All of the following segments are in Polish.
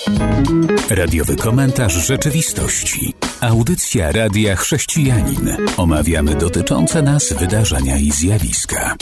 Radiowy komentarz rzeczywistości. Audycja Radia Chrześcijanin. Omawiamy dotyczące nas wydarzenia i zjawiska.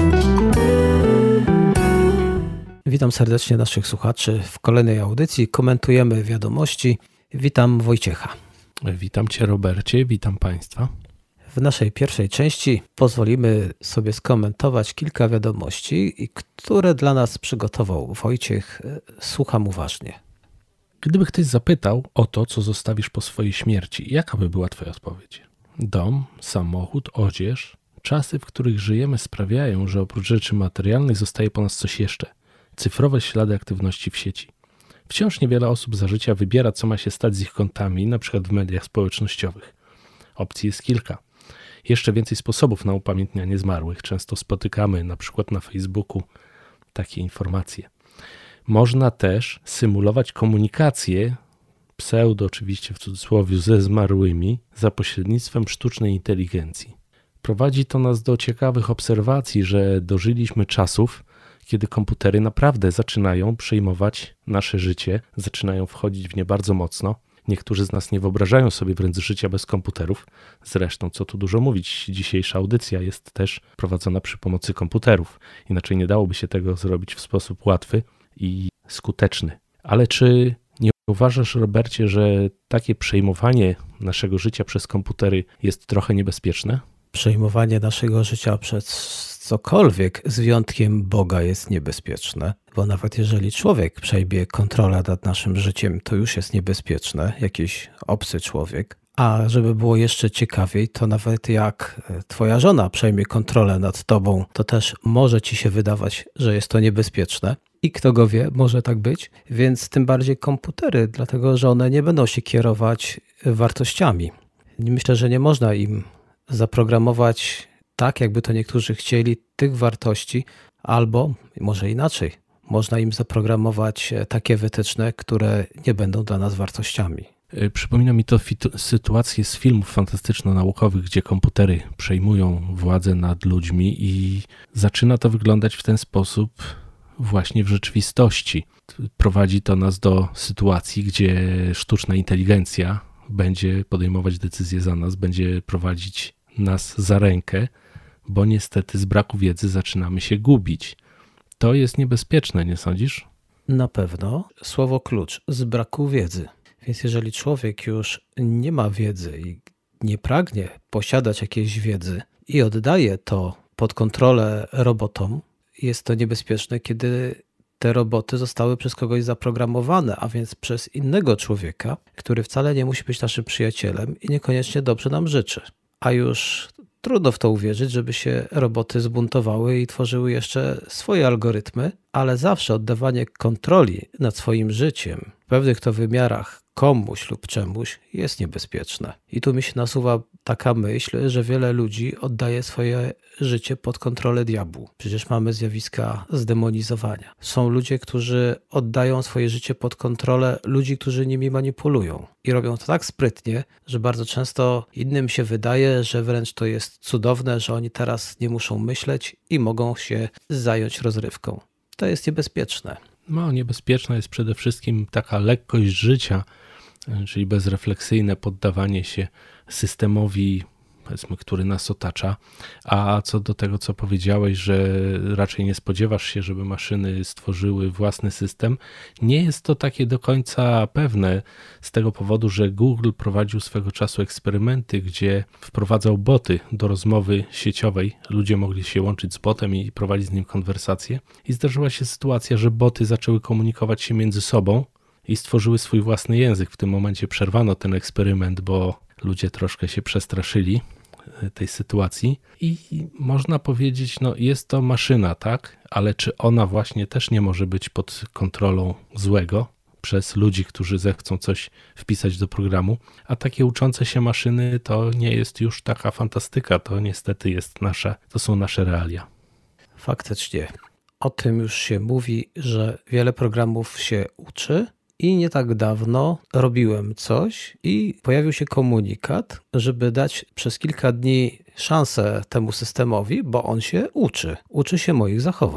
Witam serdecznie naszych słuchaczy w kolejnej audycji. Komentujemy wiadomości. Witam Wojciecha. Witam Cię, Robercie, witam Państwa. W naszej pierwszej części pozwolimy sobie skomentować kilka wiadomości, które dla nas przygotował Wojciech. Słucham uważnie. Gdyby ktoś zapytał o to, co zostawisz po swojej śmierci, jaka by była Twoja odpowiedź? Dom, samochód, odzież. Czasy, w których żyjemy, sprawiają, że oprócz rzeczy materialnych zostaje po nas coś jeszcze. Cyfrowe ślady aktywności w sieci. Wciąż niewiele osób za życia wybiera, co ma się stać z ich kontami, np. w mediach społecznościowych. Opcji jest kilka. Jeszcze więcej sposobów na upamiętnianie zmarłych. Często spotykamy np. na Facebooku takie informacje. Można też symulować komunikację, pseudo oczywiście w cudzysłowie, ze zmarłymi za pośrednictwem sztucznej inteligencji. Prowadzi to nas do ciekawych obserwacji, że dożyliśmy czasów, kiedy komputery naprawdę zaczynają przejmować nasze życie, zaczynają wchodzić w nie bardzo mocno. Niektórzy z nas nie wyobrażają sobie wręcz życia bez komputerów. Zresztą, co tu dużo mówić, dzisiejsza audycja jest też prowadzona przy pomocy komputerów. Inaczej nie dałoby się tego zrobić w sposób łatwy i skuteczny. Ale czy nie uważasz, Robercie, że takie przejmowanie naszego życia przez komputery jest trochę niebezpieczne? Przejmowanie naszego życia przez cokolwiek z wyjątkiem Boga jest niebezpieczne, bo nawet jeżeli człowiek przejmie kontrolę nad naszym życiem, to już jest niebezpieczne, jakiś obcy człowiek. A żeby było jeszcze ciekawiej, to nawet jak twoja żona przejmie kontrolę nad tobą, to też może ci się wydawać, że jest to niebezpieczne. I kto go wie, może tak być, więc tym bardziej komputery, dlatego że one nie będą się kierować wartościami. Myślę, że nie można im zaprogramować tak, jakby to niektórzy chcieli, tych wartości, albo może inaczej, można im zaprogramować takie wytyczne, które nie będą dla nas wartościami. Przypomina mi to sytuację z filmów fantastyczno-naukowych, gdzie komputery przejmują władzę nad ludźmi i zaczyna to wyglądać w ten sposób właśnie w rzeczywistości. Prowadzi to nas do sytuacji, gdzie sztuczna inteligencja będzie podejmować decyzje za nas, będzie prowadzić nas za rękę, bo niestety z braku wiedzy zaczynamy się gubić. To jest niebezpieczne, nie sądzisz? Na pewno. Słowo klucz, z braku wiedzy. Więc jeżeli człowiek już nie ma wiedzy i nie pragnie posiadać jakiejś wiedzy i oddaje to pod kontrolę robotom, jest to niebezpieczne, kiedy te roboty zostały przez kogoś zaprogramowane, a więc przez innego człowieka, który wcale nie musi być naszym przyjacielem i niekoniecznie dobrze nam życzy. A już trudno w to uwierzyć, żeby się roboty zbuntowały i tworzyły jeszcze swoje algorytmy, ale zawsze oddawanie kontroli nad swoim życiem w pewnych to wymiarach komuś lub czemuś jest niebezpieczne. I tu mi się nasuwa taka myśl, że wiele ludzi oddaje swoje życie pod kontrolę diabłu. Przecież mamy zjawiska zdemonizowania. Są ludzie, którzy oddają swoje życie pod kontrolę ludzi, którzy nimi manipulują. I robią to tak sprytnie, że bardzo często innym się wydaje, że wręcz to jest cudowne, że oni teraz nie muszą myśleć i mogą się zająć rozrywką. To jest niebezpieczne. No, niebezpieczna jest przede wszystkim taka lekkość życia, czyli bezrefleksyjne poddawanie się systemowi, powiedzmy, który nas otacza. A co do tego, co powiedziałeś, że raczej nie spodziewasz się, żeby maszyny stworzyły własny system, nie jest to takie do końca pewne z tego powodu, że Google prowadził swego czasu eksperymenty, gdzie wprowadzał boty do rozmowy sieciowej. Ludzie mogli się łączyć z botem i prowadzić z nim konwersację. I zdarzyła się sytuacja, że boty zaczęły komunikować się między sobą i stworzyły swój własny język. W tym momencie przerwano ten eksperyment, bo ludzie troszkę się przestraszyli tej sytuacji i można powiedzieć, no jest to maszyna, tak? Ale czy ona właśnie też nie może być pod kontrolą złego przez ludzi, którzy zechcą coś wpisać do programu? A takie uczące się maszyny to nie jest już taka fantastyka, to niestety to są nasze realia. Faktycznie. O tym już się mówi, że wiele programów się uczy. I nie tak dawno robiłem coś i pojawił się komunikat, żeby dać przez kilka dni szansę temu systemowi, bo on się uczy. Uczy się moich zachowań.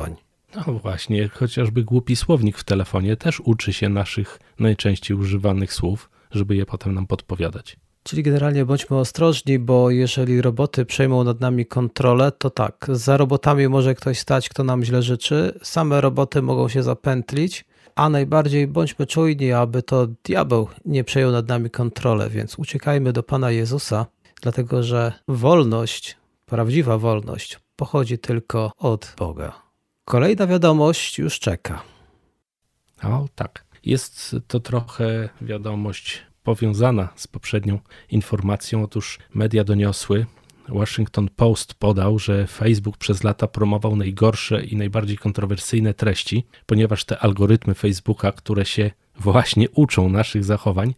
No właśnie, chociażby głupi słownik w telefonie też uczy się naszych najczęściej używanych słów, żeby je potem nam podpowiadać. Czyli generalnie bądźmy ostrożni, bo jeżeli roboty przejmą nad nami kontrolę, to tak, za robotami może ktoś stać, kto nam źle życzy, same roboty mogą się zapętlić, a najbardziej bądźmy czujni, aby to diabeł nie przejął nad nami kontrolę, więc uciekajmy do Pana Jezusa, dlatego że wolność, prawdziwa wolność pochodzi tylko od Boga. Kolejna wiadomość już czeka. O tak, jest to trochę wiadomość powiązana z poprzednią informacją. Otóż media doniosły, Washington Post podał, że Facebook przez lata promował najgorsze i najbardziej kontrowersyjne treści, ponieważ te algorytmy Facebooka, które się właśnie uczą naszych zachowań,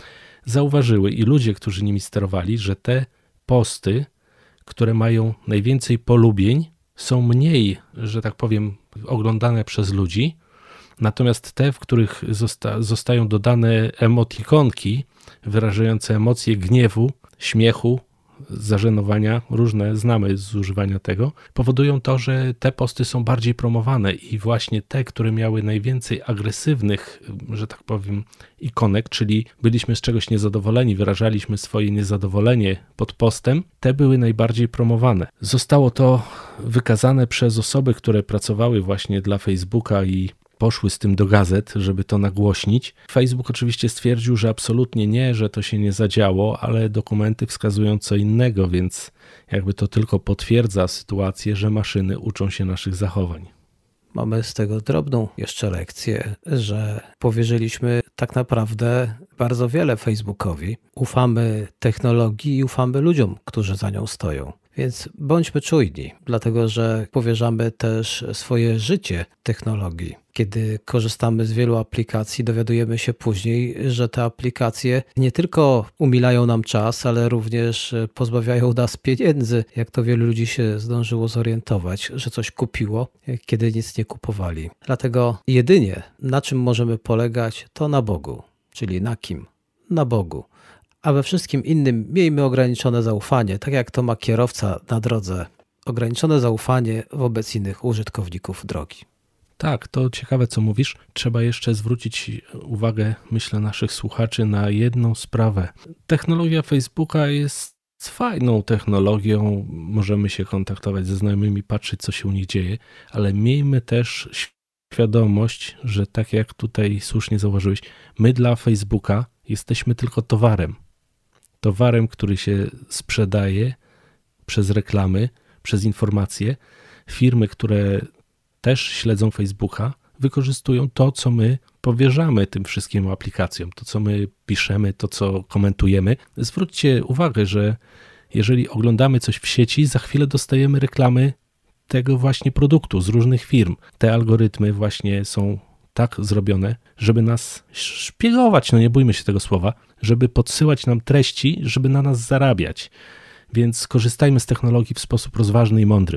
zauważyły i ludzie, którzy nimi sterowali, że te posty, które mają najwięcej polubień, są mniej, że tak powiem, oglądane przez ludzi, natomiast te, w których zostają dodane emotikonki wyrażające emocje gniewu, śmiechu, zażenowania, różne znamy z używania tego, powodują to, że te posty są bardziej promowane i właśnie te, które miały najwięcej agresywnych, że tak powiem, ikonek, czyli byliśmy z czegoś niezadowoleni, wyrażaliśmy swoje niezadowolenie pod postem, te były najbardziej promowane. Zostało to wykazane przez osoby, które pracowały właśnie dla Facebooka i poszły z tym do gazet, żeby to nagłośnić. Facebook oczywiście stwierdził, że absolutnie nie, że to się nie zadziało, ale dokumenty wskazują co innego, więc jakby to tylko potwierdza sytuację, że maszyny uczą się naszych zachowań. Mamy z tego drobną jeszcze lekcję, że powierzyliśmy tak naprawdę bardzo wiele Facebookowi. Ufamy technologii i ufamy ludziom, którzy za nią stoją. Więc bądźmy czujni, dlatego że powierzamy też swoje życie technologii. Kiedy korzystamy z wielu aplikacji, dowiadujemy się później, że te aplikacje nie tylko umilają nam czas, ale również pozbawiają nas pieniędzy, jak to wielu ludzi się zdążyło zorientować, że coś kupiło, kiedy nic nie kupowali. Dlatego jedynie na czym możemy polegać, to na Bogu. Czyli na kim? Na Bogu. A we wszystkim innym miejmy ograniczone zaufanie, tak jak to ma kierowca na drodze. Ograniczone zaufanie wobec innych użytkowników drogi. Tak, to ciekawe co mówisz. Trzeba jeszcze zwrócić uwagę, myślę, naszych słuchaczy na jedną sprawę. Technologia Facebooka jest fajną technologią, możemy się kontaktować ze znajomymi, patrzeć co się u nich dzieje, ale miejmy też świadomość, że tak jak tutaj słusznie zauważyłeś, my dla Facebooka jesteśmy tylko towarem. Towarem, który się sprzedaje przez reklamy, przez informacje. Firmy, które też śledzą Facebooka, wykorzystują to, co my powierzamy tym wszystkim aplikacjom, to, co my piszemy, to, co komentujemy. Zwróćcie uwagę, że jeżeli oglądamy coś w sieci, za chwilę dostajemy reklamy tego właśnie produktu z różnych firm. Te algorytmy właśnie są tak zrobione, żeby nas szpiegować, no nie bójmy się tego słowa, żeby podsyłać nam treści, żeby na nas zarabiać. Więc korzystajmy z technologii w sposób rozważny i mądry.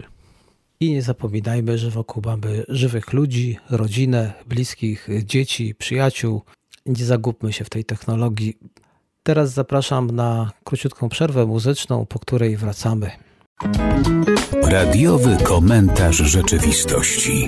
I nie zapominajmy, że wokół mamy żywych ludzi, rodzinę, bliskich, dzieci, przyjaciół. Nie zagubmy się w tej technologii. Teraz zapraszam na króciutką przerwę muzyczną, po której wracamy. Radiowy komentarz rzeczywistości.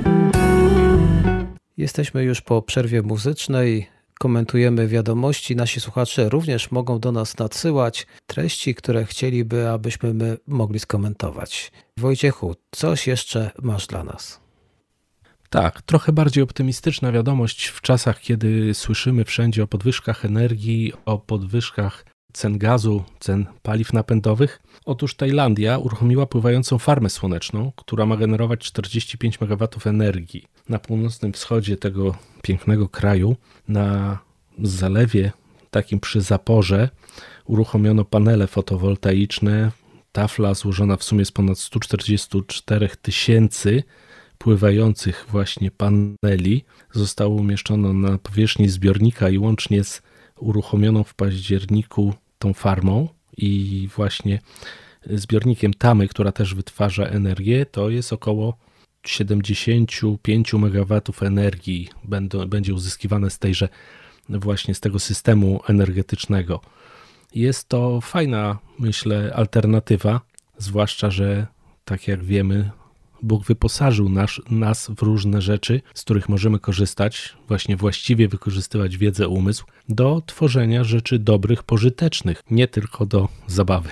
Jesteśmy już po przerwie muzycznej, komentujemy wiadomości. Nasi słuchacze również mogą do nas nadsyłać treści, które chcieliby, abyśmy my mogli skomentować. Wojciechu, coś jeszcze masz dla nas? Tak, trochę bardziej optymistyczna wiadomość w czasach, kiedy słyszymy wszędzie o podwyżkach energii, o podwyżkach cen gazu, cen paliw napędowych. Otóż Tajlandia uruchomiła pływającą farmę słoneczną, która ma generować 45 MW energii. Na północnym wschodzie tego pięknego kraju, na zalewie takim przy zaporze, uruchomiono panele fotowoltaiczne. Tafla złożona w sumie z ponad 144 000 pływających właśnie paneli zostało umieszczono na powierzchni zbiornika i łącznie z uruchomioną w październiku tą farmą i właśnie zbiornikiem Tamy, która też wytwarza energię, to jest około 75 MW energii będzie uzyskiwane z tejże właśnie z tego systemu energetycznego. Jest to fajna, myślę, alternatywa, zwłaszcza, że tak jak wiemy, Bóg wyposażył nas w różne rzeczy, z których możemy korzystać, właśnie właściwie wykorzystywać wiedzę, umysł do tworzenia rzeczy dobrych, pożytecznych, nie tylko do zabawy.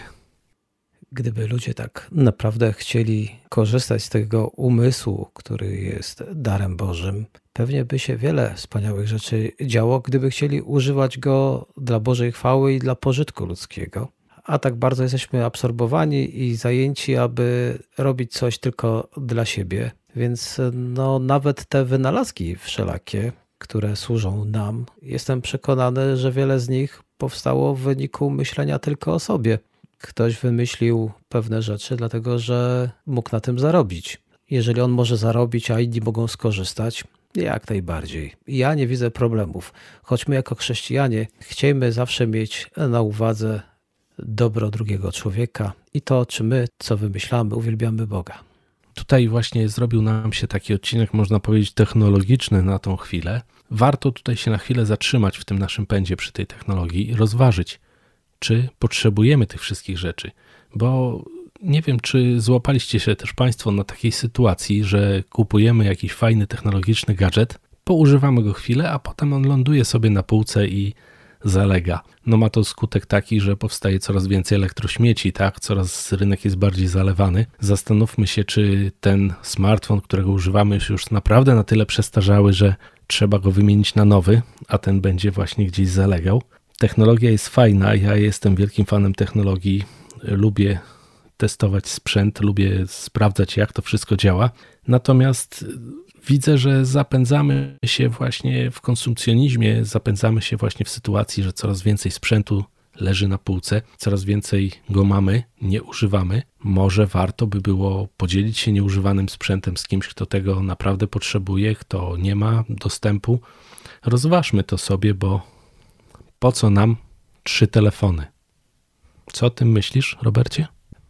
Gdyby ludzie tak naprawdę chcieli korzystać z tego umysłu, który jest darem Bożym, pewnie by się wiele wspaniałych rzeczy działo, gdyby chcieli używać go dla Bożej chwały i dla pożytku ludzkiego. A tak bardzo jesteśmy absorbowani i zajęci, aby robić coś tylko dla siebie. Więc nawet te wynalazki wszelakie, które służą nam, jestem przekonany, że wiele z nich powstało w wyniku myślenia tylko o sobie. Ktoś wymyślił pewne rzeczy, dlatego że mógł na tym zarobić. Jeżeli on może zarobić, a inni mogą skorzystać, jak najbardziej. Ja nie widzę problemów. Choć my jako chrześcijanie chcielibyśmy zawsze mieć na uwadze dobro drugiego człowieka i to, czy my, co wymyślamy, uwielbiamy Boga. Tutaj właśnie zrobił nam się taki odcinek, można powiedzieć, technologiczny na tą chwilę. Warto tutaj się na chwilę zatrzymać w tym naszym pędzie przy tej technologii i rozważyć, czy potrzebujemy tych wszystkich rzeczy. Bo nie wiem, czy złapaliście się też Państwo na takiej sytuacji, że kupujemy jakiś fajny technologiczny gadżet, poużywamy go chwilę, a potem on ląduje sobie na półce i zalega. Ma to skutek taki, że powstaje coraz więcej elektrośmieci, tak? Coraz rynek jest bardziej zalewany. Zastanówmy się, czy ten smartfon, którego używamy, już naprawdę na tyle przestarzały, że trzeba go wymienić na nowy, a ten będzie właśnie gdzieś zalegał. Technologia jest fajna, ja jestem wielkim fanem technologii, lubię testować sprzęt, lubię sprawdzać, jak to wszystko działa. Natomiast widzę, że zapędzamy się właśnie w konsumpcjonizmie, zapędzamy się właśnie w sytuacji, że coraz więcej sprzętu leży na półce, coraz więcej go mamy, nie używamy. Może warto by było podzielić się nieużywanym sprzętem z kimś, kto tego naprawdę potrzebuje, kto nie ma dostępu. Rozważmy to sobie, bo po co nam 3 telefony? Co o tym myślisz, Robercie?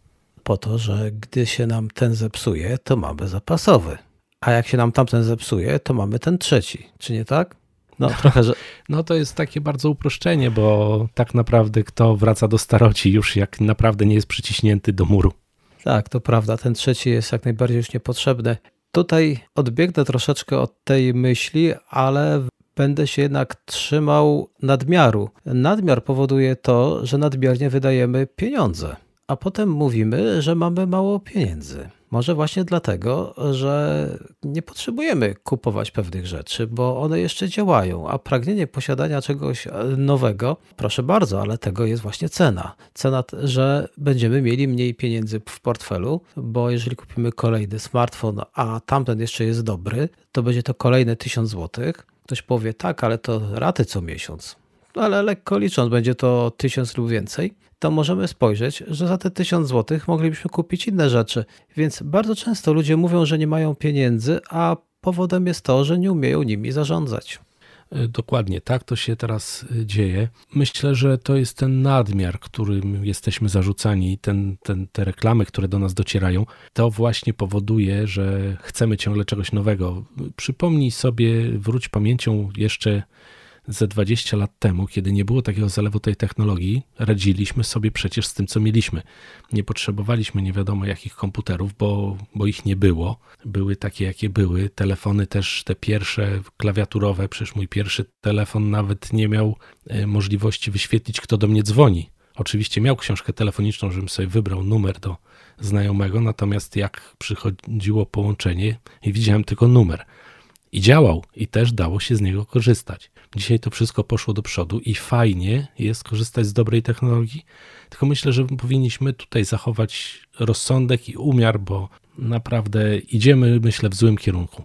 Po to, że gdy się nam ten zepsuje, to mamy zapasowy. A jak się nam tamten zepsuje, to mamy ten trzeci. Czy nie tak? Trochę, że... To jest takie bardzo uproszczenie, bo tak naprawdę kto wraca do staroci już jak naprawdę nie jest przyciśnięty do muru. Tak, to prawda. Ten trzeci jest jak najbardziej już niepotrzebny. Tutaj odbiegnę troszeczkę od tej myśli, ale będę się jednak trzymał nadmiaru. Nadmiar powoduje to, że nadmiernie wydajemy pieniądze, a potem mówimy, że mamy mało pieniędzy. Może właśnie dlatego, że nie potrzebujemy kupować pewnych rzeczy, bo one jeszcze działają, a pragnienie posiadania czegoś nowego, proszę bardzo, ale tego jest właśnie cena. Cena, że będziemy mieli mniej pieniędzy w portfelu, bo jeżeli kupimy kolejny smartfon, a tamten jeszcze jest dobry, to będzie to kolejne 1000 zł. Ktoś powie, tak, ale to raty co miesiąc. Ale lekko licząc, będzie to 1000 lub więcej. To możemy spojrzeć, że za te 1000 zł moglibyśmy kupić inne rzeczy. Więc bardzo często ludzie mówią, że nie mają pieniędzy, a powodem jest to, że nie umieją nimi zarządzać. Dokładnie, tak to się teraz dzieje. Myślę, że to jest ten nadmiar, którym jesteśmy zarzucani, te reklamy, które do nas docierają, to właśnie powoduje, że chcemy ciągle czegoś nowego. Przypomnij sobie, wróć pamięcią jeszcze ze 20 lat temu, kiedy nie było takiego zalewu tej technologii, radziliśmy sobie przecież z tym, co mieliśmy. Nie potrzebowaliśmy nie wiadomo jakich komputerów, bo ich nie było. Były takie, jakie były. Telefony też, te pierwsze klawiaturowe, przecież mój pierwszy telefon nawet nie miał możliwości wyświetlić, kto do mnie dzwoni. Oczywiście miał książkę telefoniczną, żebym sobie wybrał numer do znajomego, natomiast jak przychodziło połączenie i widziałem tylko numer. I działał i też dało się z niego korzystać. Dzisiaj to wszystko poszło do przodu i fajnie jest korzystać z dobrej technologii, tylko myślę, że powinniśmy tutaj zachować rozsądek i umiar, bo naprawdę idziemy, myślę, w złym kierunku.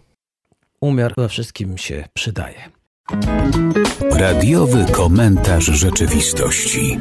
Umiar we wszystkim się przydaje. Radiowy komentarz rzeczywistości.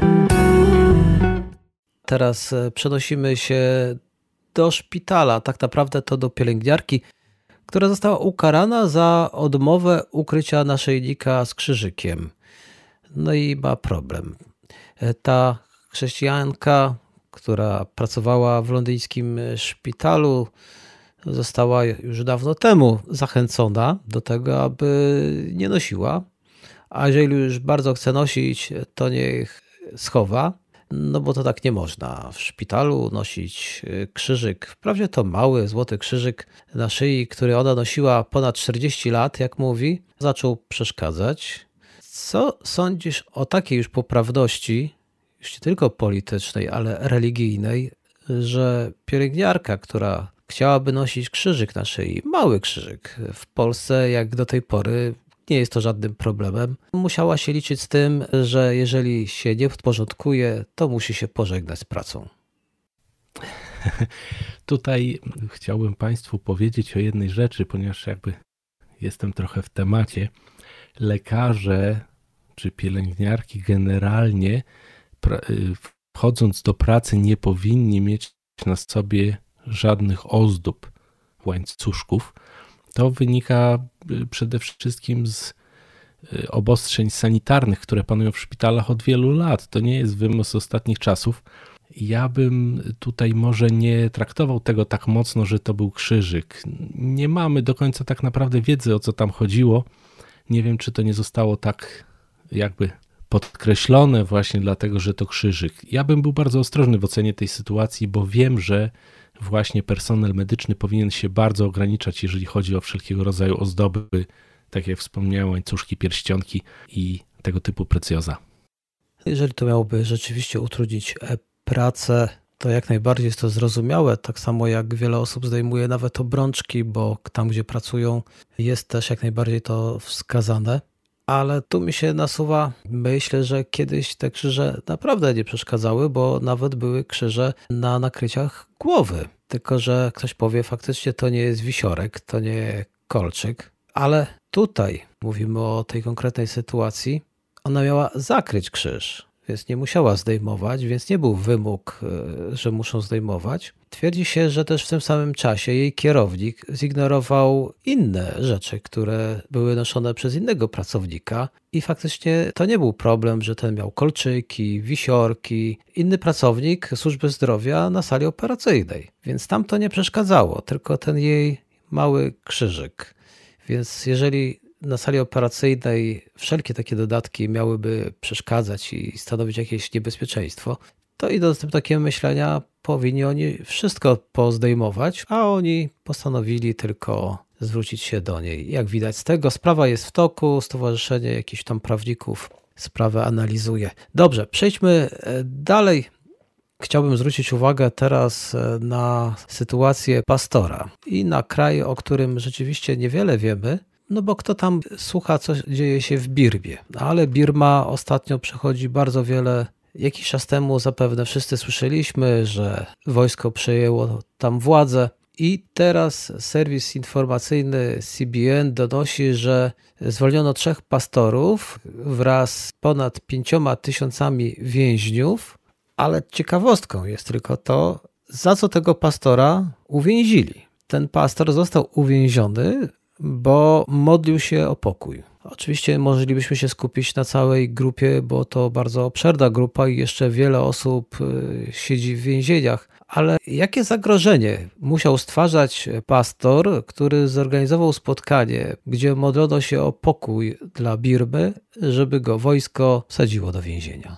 Teraz przenosimy się do szpitala, tak naprawdę to do pielęgniarki, która została ukarana za odmowę ukrycia naszyjnika z krzyżykiem. No i ma problem. Ta chrześcijanka, która pracowała w londyńskim szpitalu, została już dawno temu zachęcona do tego, aby nie nosiła. A jeżeli już bardzo chce nosić, to niech schowa. no bo to tak nie można. W szpitalu nosić krzyżyk, wprawdzie to mały, złoty krzyżyk na szyi, który ona nosiła ponad 40 lat, jak mówi, zaczął przeszkadzać. Co sądzisz o takiej już poprawności, już nie tylko politycznej, ale religijnej, że pielęgniarka, która chciałaby nosić krzyżyk na szyi, mały krzyżyk, w Polsce jak do tej pory nie jest to żadnym problemem, musiała się liczyć z tym, że jeżeli się nie podporządkuje, to musi się pożegnać z pracą. Tutaj chciałbym Państwu powiedzieć o jednej rzeczy, ponieważ jakby jestem trochę w temacie. Lekarze czy pielęgniarki generalnie wchodząc do pracy nie powinni mieć na sobie żadnych ozdób, łańcuszków. To wynika przede wszystkim z obostrzeń sanitarnych, które panują w szpitalach od wielu lat. To nie jest wymysł ostatnich czasów. Ja bym tutaj może nie traktował tego tak mocno, że to był krzyżyk. Nie mamy do końca tak naprawdę wiedzy, o co tam chodziło. Nie wiem, czy to nie zostało tak jakby podkreślone właśnie dlatego, że to krzyżyk. Ja bym był bardzo ostrożny w ocenie tej sytuacji, bo wiem, że właśnie personel medyczny powinien się bardzo ograniczać, jeżeli chodzi o wszelkiego rodzaju ozdoby, tak jak wspomniałem, łańcuszki, pierścionki i tego typu precjoza. Jeżeli to miałoby rzeczywiście utrudnić pracę, to jak najbardziej jest to zrozumiałe, tak samo jak wiele osób zdejmuje nawet obrączki, bo tam, gdzie pracują, jest też jak najbardziej to wskazane. Ale tu mi się nasuwa myśl, że kiedyś te krzyże naprawdę nie przeszkadzały, bo nawet były krzyże na nakryciach głowy. Tylko że ktoś powie, faktycznie to nie jest wisiorek, to nie kolczyk. Ale tutaj mówimy o tej konkretnej sytuacji. Ona miała zakryć krzyż, więc nie musiała zdejmować, więc nie był wymóg, że muszą zdejmować. Twierdzi się, że też w tym samym czasie jej kierownik zignorował inne rzeczy, które były noszone przez innego pracownika i faktycznie to nie był problem, że ten miał kolczyki, wisiorki. Inny pracownik służby zdrowia na sali operacyjnej, więc tam to nie przeszkadzało, tylko ten jej mały krzyżyk. Więc jeżeli na sali operacyjnej wszelkie takie dodatki miałyby przeszkadzać i stanowić jakieś niebezpieczeństwo, to idąc tym takiego myślenia, powinni oni wszystko pozdejmować, a oni postanowili tylko zwrócić się do niej. Jak widać z tego, sprawa jest w toku, stowarzyszenie jakichś tam prawników sprawę analizuje. Dobrze, przejdźmy dalej. Chciałbym zwrócić uwagę teraz na sytuację pastora i na kraj, o którym rzeczywiście niewiele wiemy, no bo kto tam słucha, co dzieje się w Birmie. Ale Birma ostatnio przechodzi bardzo wiele. Jakiś czas temu zapewne wszyscy słyszeliśmy, że wojsko przejęło tam władzę i teraz serwis informacyjny CBN donosi, że zwolniono 3 pastorów wraz z ponad 5000 więźniów, ale ciekawostką jest tylko to, za co tego pastora uwięzili. Ten pastor został uwięziony, bo modlił się o pokój. Oczywiście moglibyśmy się skupić na całej grupie, bo to bardzo obszerna grupa i jeszcze wiele osób siedzi w więzieniach. Ale jakie zagrożenie musiał stwarzać pastor, który zorganizował spotkanie, gdzie modlono się o pokój dla Birmy, żeby go wojsko wsadziło do więzienia?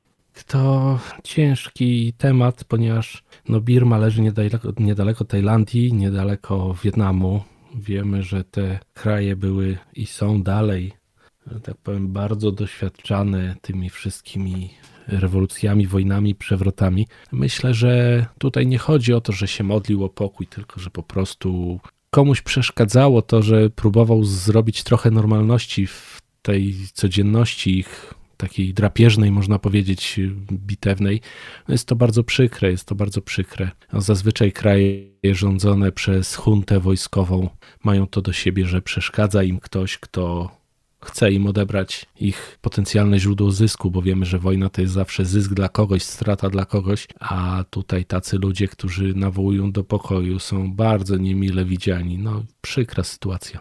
To ciężki temat, ponieważ Birma leży niedaleko Tajlandii, niedaleko Wietnamu. Wiemy, że te kraje były i są dalej, że tak powiem, bardzo doświadczane tymi wszystkimi rewolucjami, wojnami, przewrotami. Myślę, że tutaj nie chodzi o to, że się modlił o pokój, tylko że po prostu komuś przeszkadzało to, że próbował zrobić trochę normalności w tej codzienności ich takiej drapieżnej, można powiedzieć, bitewnej. Jest to bardzo przykre. Zazwyczaj kraje rządzone przez juntę wojskową mają to do siebie, że przeszkadza im ktoś, kto chce im odebrać ich potencjalne źródło zysku, bo wiemy, że wojna to jest zawsze zysk dla kogoś, strata dla kogoś, a tutaj tacy ludzie, którzy nawołują do pokoju, są bardzo niemile widziani. Przykra sytuacja.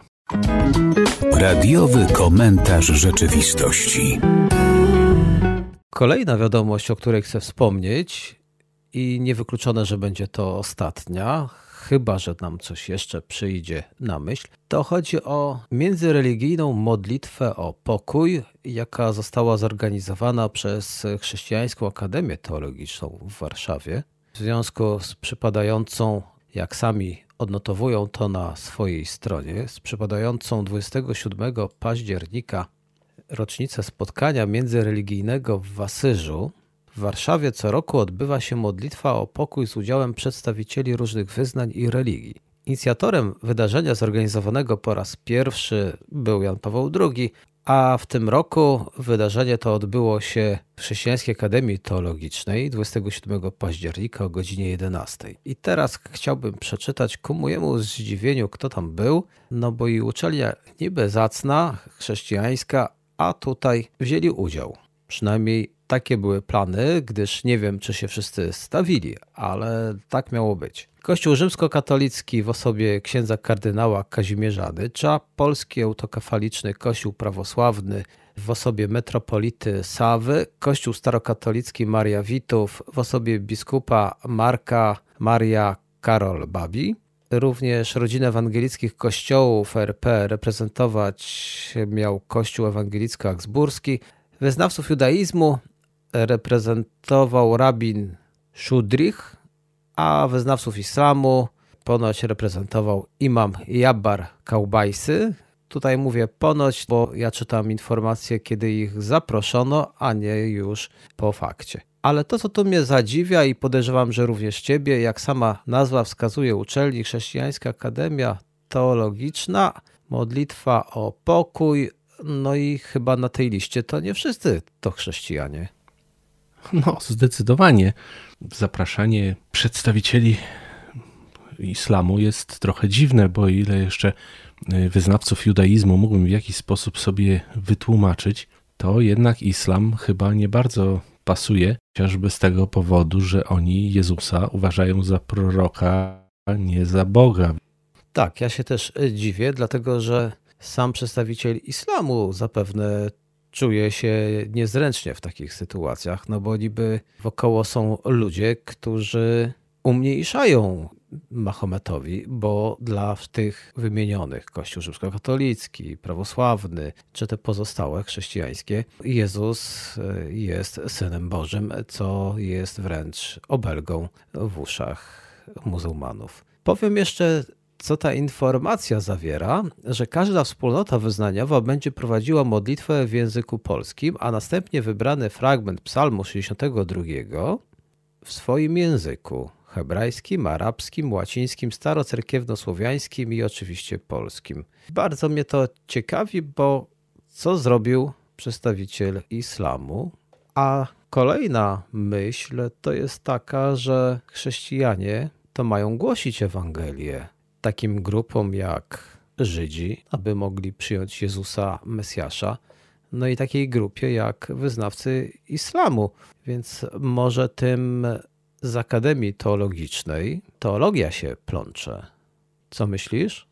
Radiowy komentarz rzeczywistości. Kolejna wiadomość, o której chcę wspomnieć i niewykluczone, że będzie to ostatnia. chyba że nam coś jeszcze przyjdzie na myśl, to chodzi o międzyreligijną modlitwę o pokój, jaka została zorganizowana przez Chrześcijańską Akademię Teologiczną w Warszawie. W związku z przypadającą, jak sami odnotowują to na swojej stronie, z przypadającą 27 października rocznicę spotkania międzyreligijnego w Wasyżu, w Warszawie co roku odbywa się modlitwa o pokój z udziałem przedstawicieli różnych wyznań i religii. Inicjatorem wydarzenia zorganizowanego po raz pierwszy był Jan Paweł II, a w tym roku wydarzenie to odbyło się w Chrześcijańskiej Akademii Teologicznej 27 października o godzinie 11. I teraz chciałbym przeczytać ku mojemu zdziwieniu, kto tam był, no bo i uczelnia niby zacna, chrześcijańska, a tutaj wzięli udział. Przynajmniej takie były plany, gdyż nie wiem, czy się wszyscy stawili, ale tak miało być. Kościół rzymskokatolicki w osobie księdza kardynała Kazimierza Anycza, Polski Autokefaliczny Kościół Prawosławny w osobie metropolity Sawy, Kościół starokatolicki Maria Witów w osobie biskupa Marka Maria Karol Babi. Również rodzinę ewangelickich kościołów RP reprezentować miał Kościół ewangelicko-augsburski. Wyznawców judaizmu reprezentował rabin Szudrich, a wyznawców islamu ponoć reprezentował imam Jabbar Kaubajsy. Tutaj mówię ponoć, bo ja czytam informacje, kiedy ich zaproszono, a nie już po fakcie. Ale to, co tu mnie zadziwia i podejrzewam, że również Ciebie, jak sama nazwa wskazuje uczelni, Chrześcijańska Akademia Teologiczna, modlitwa o pokój, no i chyba na tej liście to nie wszyscy to chrześcijanie. No, zdecydowanie. Zapraszanie przedstawicieli islamu jest trochę dziwne, bo ile jeszcze wyznawców judaizmu mógłbym w jakiś sposób sobie wytłumaczyć, to jednak islam chyba nie bardzo pasuje, chociażby z tego powodu, że oni Jezusa uważają za proroka, a nie za Boga. Tak, ja się też dziwię, dlatego że sam przedstawiciel islamu zapewne czuje się niezręcznie w takich sytuacjach, no bo niby wokoło są ludzie, którzy umniejszają Mahometowi, bo dla tych wymienionych, Kościół rzymskokatolicki, prawosławny, czy te pozostałe chrześcijańskie, Jezus jest Synem Bożym, co jest wręcz obelgą w uszach muzułmanów. Powiem jeszcze, co ta informacja zawiera, że każda wspólnota wyznaniowa będzie prowadziła modlitwę w języku polskim, a następnie wybrany fragment Psalmu 62 w swoim języku hebrajskim, arabskim, łacińskim, starocerkiewnosłowiańskim i oczywiście polskim. Bardzo mnie to ciekawi, bo co zrobił przedstawiciel islamu? A kolejna myśl to jest taka, że chrześcijanie to mają głosić Ewangelię takim grupom jak Żydzi, aby mogli przyjąć Jezusa Mesjasza, no i takiej grupie jak wyznawcy islamu. Więc może tym z Akademii Teologicznej teologia się plącze. Co myślisz?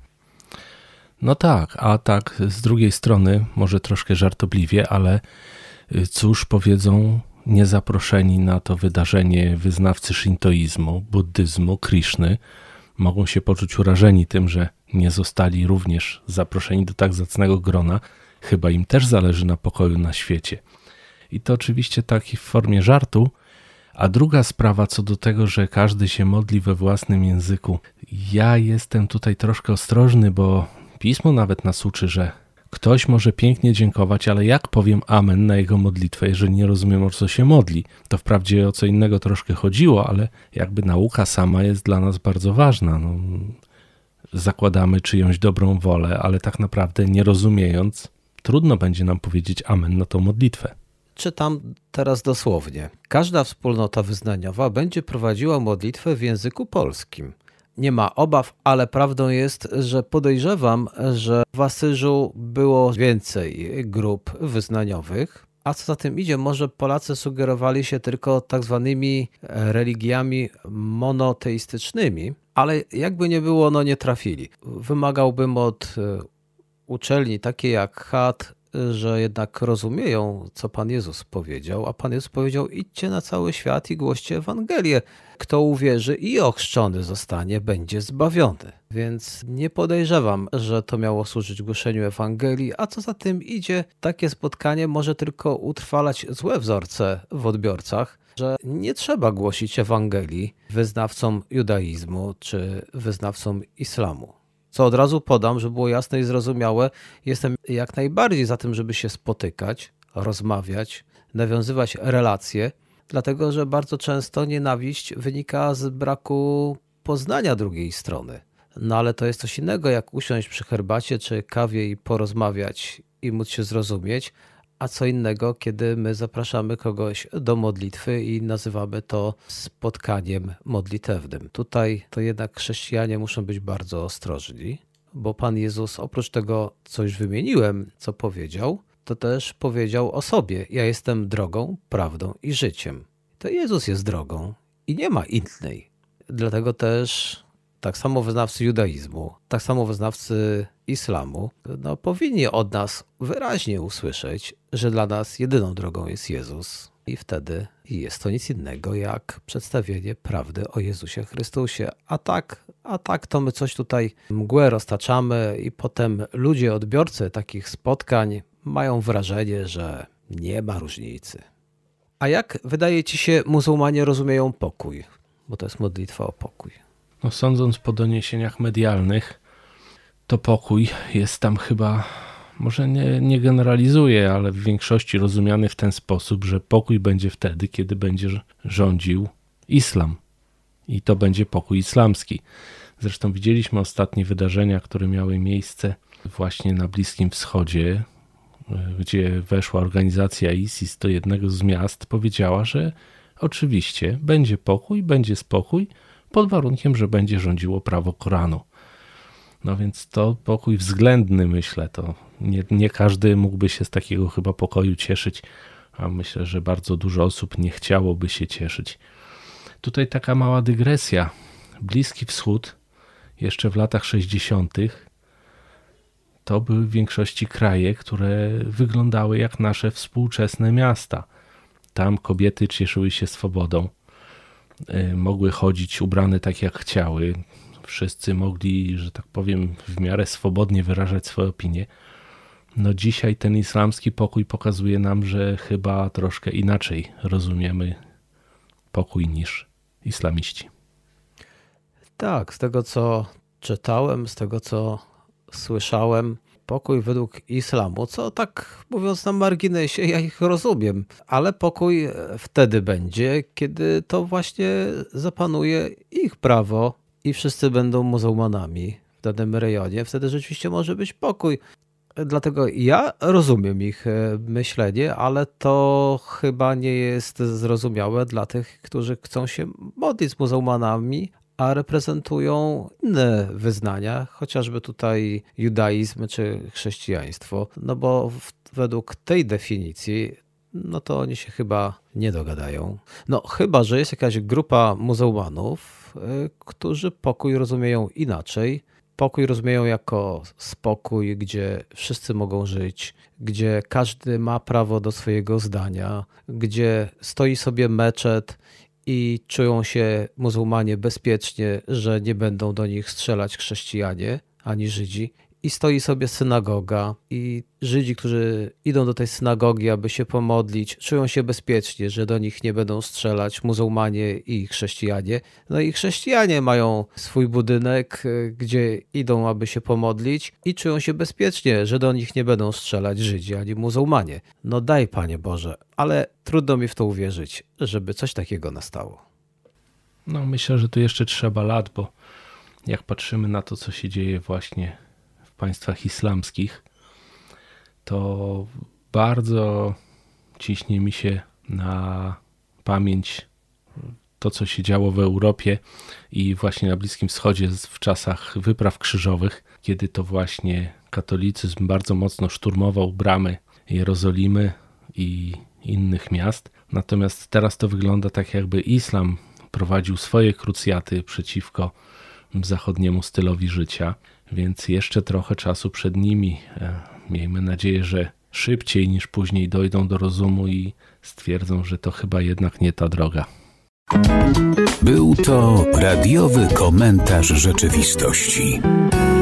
No tak, a tak z drugiej strony, może troszkę żartobliwie, ale cóż powiedzą niezaproszeni na to wydarzenie wyznawcy szintoizmu, buddyzmu, Kriszny? Mogą się poczuć urażeni tym, że nie zostali również zaproszeni do tak zacnego grona. Chyba im też zależy na pokoju na świecie. I to oczywiście taki w formie żartu. A druga sprawa co do tego, że każdy się modli we własnym języku. Ja jestem tutaj troszkę ostrożny, bo Pismo nawet nas uczy, że ktoś może pięknie dziękować, ale jak powiem amen na jego modlitwę, jeżeli nie rozumiem, o co się modli? To wprawdzie o co innego troszkę chodziło, ale jakby nauka sama jest dla nas bardzo ważna. No, zakładamy czyjąś dobrą wolę, ale tak naprawdę nie rozumiejąc, trudno będzie nam powiedzieć amen na tą modlitwę. Czytam teraz dosłownie. Każda wspólnota wyznaniowa będzie prowadziła modlitwę w języku polskim. Nie ma obaw, ale prawdą jest, że podejrzewam, że w Asyżu było więcej grup wyznaniowych, a co za tym idzie, może Polacy sugerowali się tylko tak zwanymi religiami monoteistycznymi, ale jakby nie było, no nie trafili. Wymagałbym od uczelni takiej jak CHAT że jednak rozumieją, co Pan Jezus powiedział, a Pan Jezus powiedział: idźcie na cały świat i głoście Ewangelię. Kto uwierzy i ochrzczony zostanie, będzie zbawiony. Więc nie podejrzewam, że to miało służyć głoszeniu Ewangelii, a co za tym idzie, takie spotkanie może tylko utrwalać złe wzorce w odbiorcach, że nie trzeba głosić Ewangelii wyznawcom judaizmu czy wyznawcom islamu. Co od razu podam, żeby było jasne i zrozumiałe, jestem jak najbardziej za tym, żeby się spotykać, rozmawiać, nawiązywać relacje, dlatego że bardzo często nienawiść wynika z braku poznania drugiej strony. No ale to jest coś innego, jak usiąść przy herbacie czy kawie i porozmawiać i móc się zrozumieć, a co innego, kiedy my zapraszamy kogoś do modlitwy i nazywamy to spotkaniem modlitewnym. Tutaj to jednak chrześcijanie muszą być bardzo ostrożni, bo Pan Jezus oprócz tego, co już wymieniłem, co powiedział, to też powiedział o sobie: ja jestem drogą, prawdą i życiem. To Jezus jest drogą i nie ma innej. Dlatego też tak samo wyznawcy judaizmu, tak samo wyznawcy islamu powinni od nas wyraźnie usłyszeć, że dla nas jedyną drogą jest Jezus. I wtedy jest to nic innego jak przedstawienie prawdy o Jezusie Chrystusie. A tak to my coś tutaj mgłę roztaczamy i potem ludzie, odbiorcy takich spotkań mają wrażenie, że nie ma różnicy. A jak wydaje ci się, muzułmanie rozumieją pokój? Bo to jest modlitwa o pokój. No, sądząc po doniesieniach medialnych, to pokój jest tam chyba, może nie generalizuję, ale w większości rozumiany w ten sposób, że pokój będzie wtedy, kiedy będzie rządził islam. I to będzie pokój islamski. Zresztą widzieliśmy ostatnie wydarzenia, które miały miejsce właśnie na Bliskim Wschodzie, gdzie weszła organizacja ISIS do jednego z miast, powiedziała, że oczywiście będzie pokój, będzie spokój, pod warunkiem, że będzie rządziło prawo Koranu. No więc to pokój względny, myślę, to nie każdy mógłby się z takiego chyba pokoju cieszyć, a myślę, że bardzo dużo osób nie chciałoby się cieszyć. Tutaj taka mała dygresja. Bliski Wschód jeszcze w latach 60. to były w większości kraje, które wyglądały jak nasze współczesne miasta. Tam kobiety cieszyły się swobodą. Mogły chodzić ubrane tak jak chciały. Wszyscy mogli, że tak powiem, w miarę swobodnie wyrażać swoje opinie. No dzisiaj ten islamski pokój pokazuje nam, że chyba troszkę inaczej rozumiemy pokój niż islamiści. Tak, z tego co czytałem, z tego co słyszałem, pokój według islamu, co tak mówiąc na marginesie, ja ich rozumiem, ale pokój wtedy będzie, kiedy to właśnie zapanuje ich prawo i wszyscy będą muzułmanami w danym rejonie. Wtedy rzeczywiście może być pokój. Dlatego ja rozumiem ich myślenie, ale to chyba nie jest zrozumiałe dla tych, którzy chcą się modlić z muzułmanami, a reprezentują inne wyznania, chociażby tutaj judaizm czy chrześcijaństwo, no bo według tej definicji, no to oni się chyba nie dogadają. No chyba, że jest jakaś grupa muzułmanów, którzy pokój rozumieją inaczej. Pokój rozumieją jako spokój, gdzie wszyscy mogą żyć, gdzie każdy ma prawo do swojego zdania, gdzie stoi sobie meczet i czują się muzułmanie bezpiecznie, że nie będą do nich strzelać chrześcijanie ani Żydzi. I stoi sobie synagoga i Żydzi, którzy idą do tej synagogi, aby się pomodlić, czują się bezpiecznie, że do nich nie będą strzelać muzułmanie i chrześcijanie. No i chrześcijanie mają swój budynek, gdzie idą, aby się pomodlić i czują się bezpiecznie, że do nich nie będą strzelać Żydzi ani muzułmanie. No daj, Panie Boże, ale trudno mi w to uwierzyć, żeby coś takiego nastało. No myślę, że tu jeszcze trzeba lat, bo jak patrzymy na to, co się dzieje właśnie w państwach islamskich, to bardzo ciśnie mi się na pamięć to, co się działo w Europie i właśnie na Bliskim Wschodzie w czasach wypraw krzyżowych, kiedy to właśnie katolicyzm bardzo mocno szturmował bramy Jerozolimy i innych miast. Natomiast teraz to wygląda tak, jakby islam prowadził swoje krucjaty przeciwko zachodniemu stylowi życia, więc jeszcze trochę czasu przed nimi. Miejmy nadzieję, że szybciej niż później dojdą do rozumu i stwierdzą, że to chyba jednak nie ta droga. Był to radiowy komentarz rzeczywistości.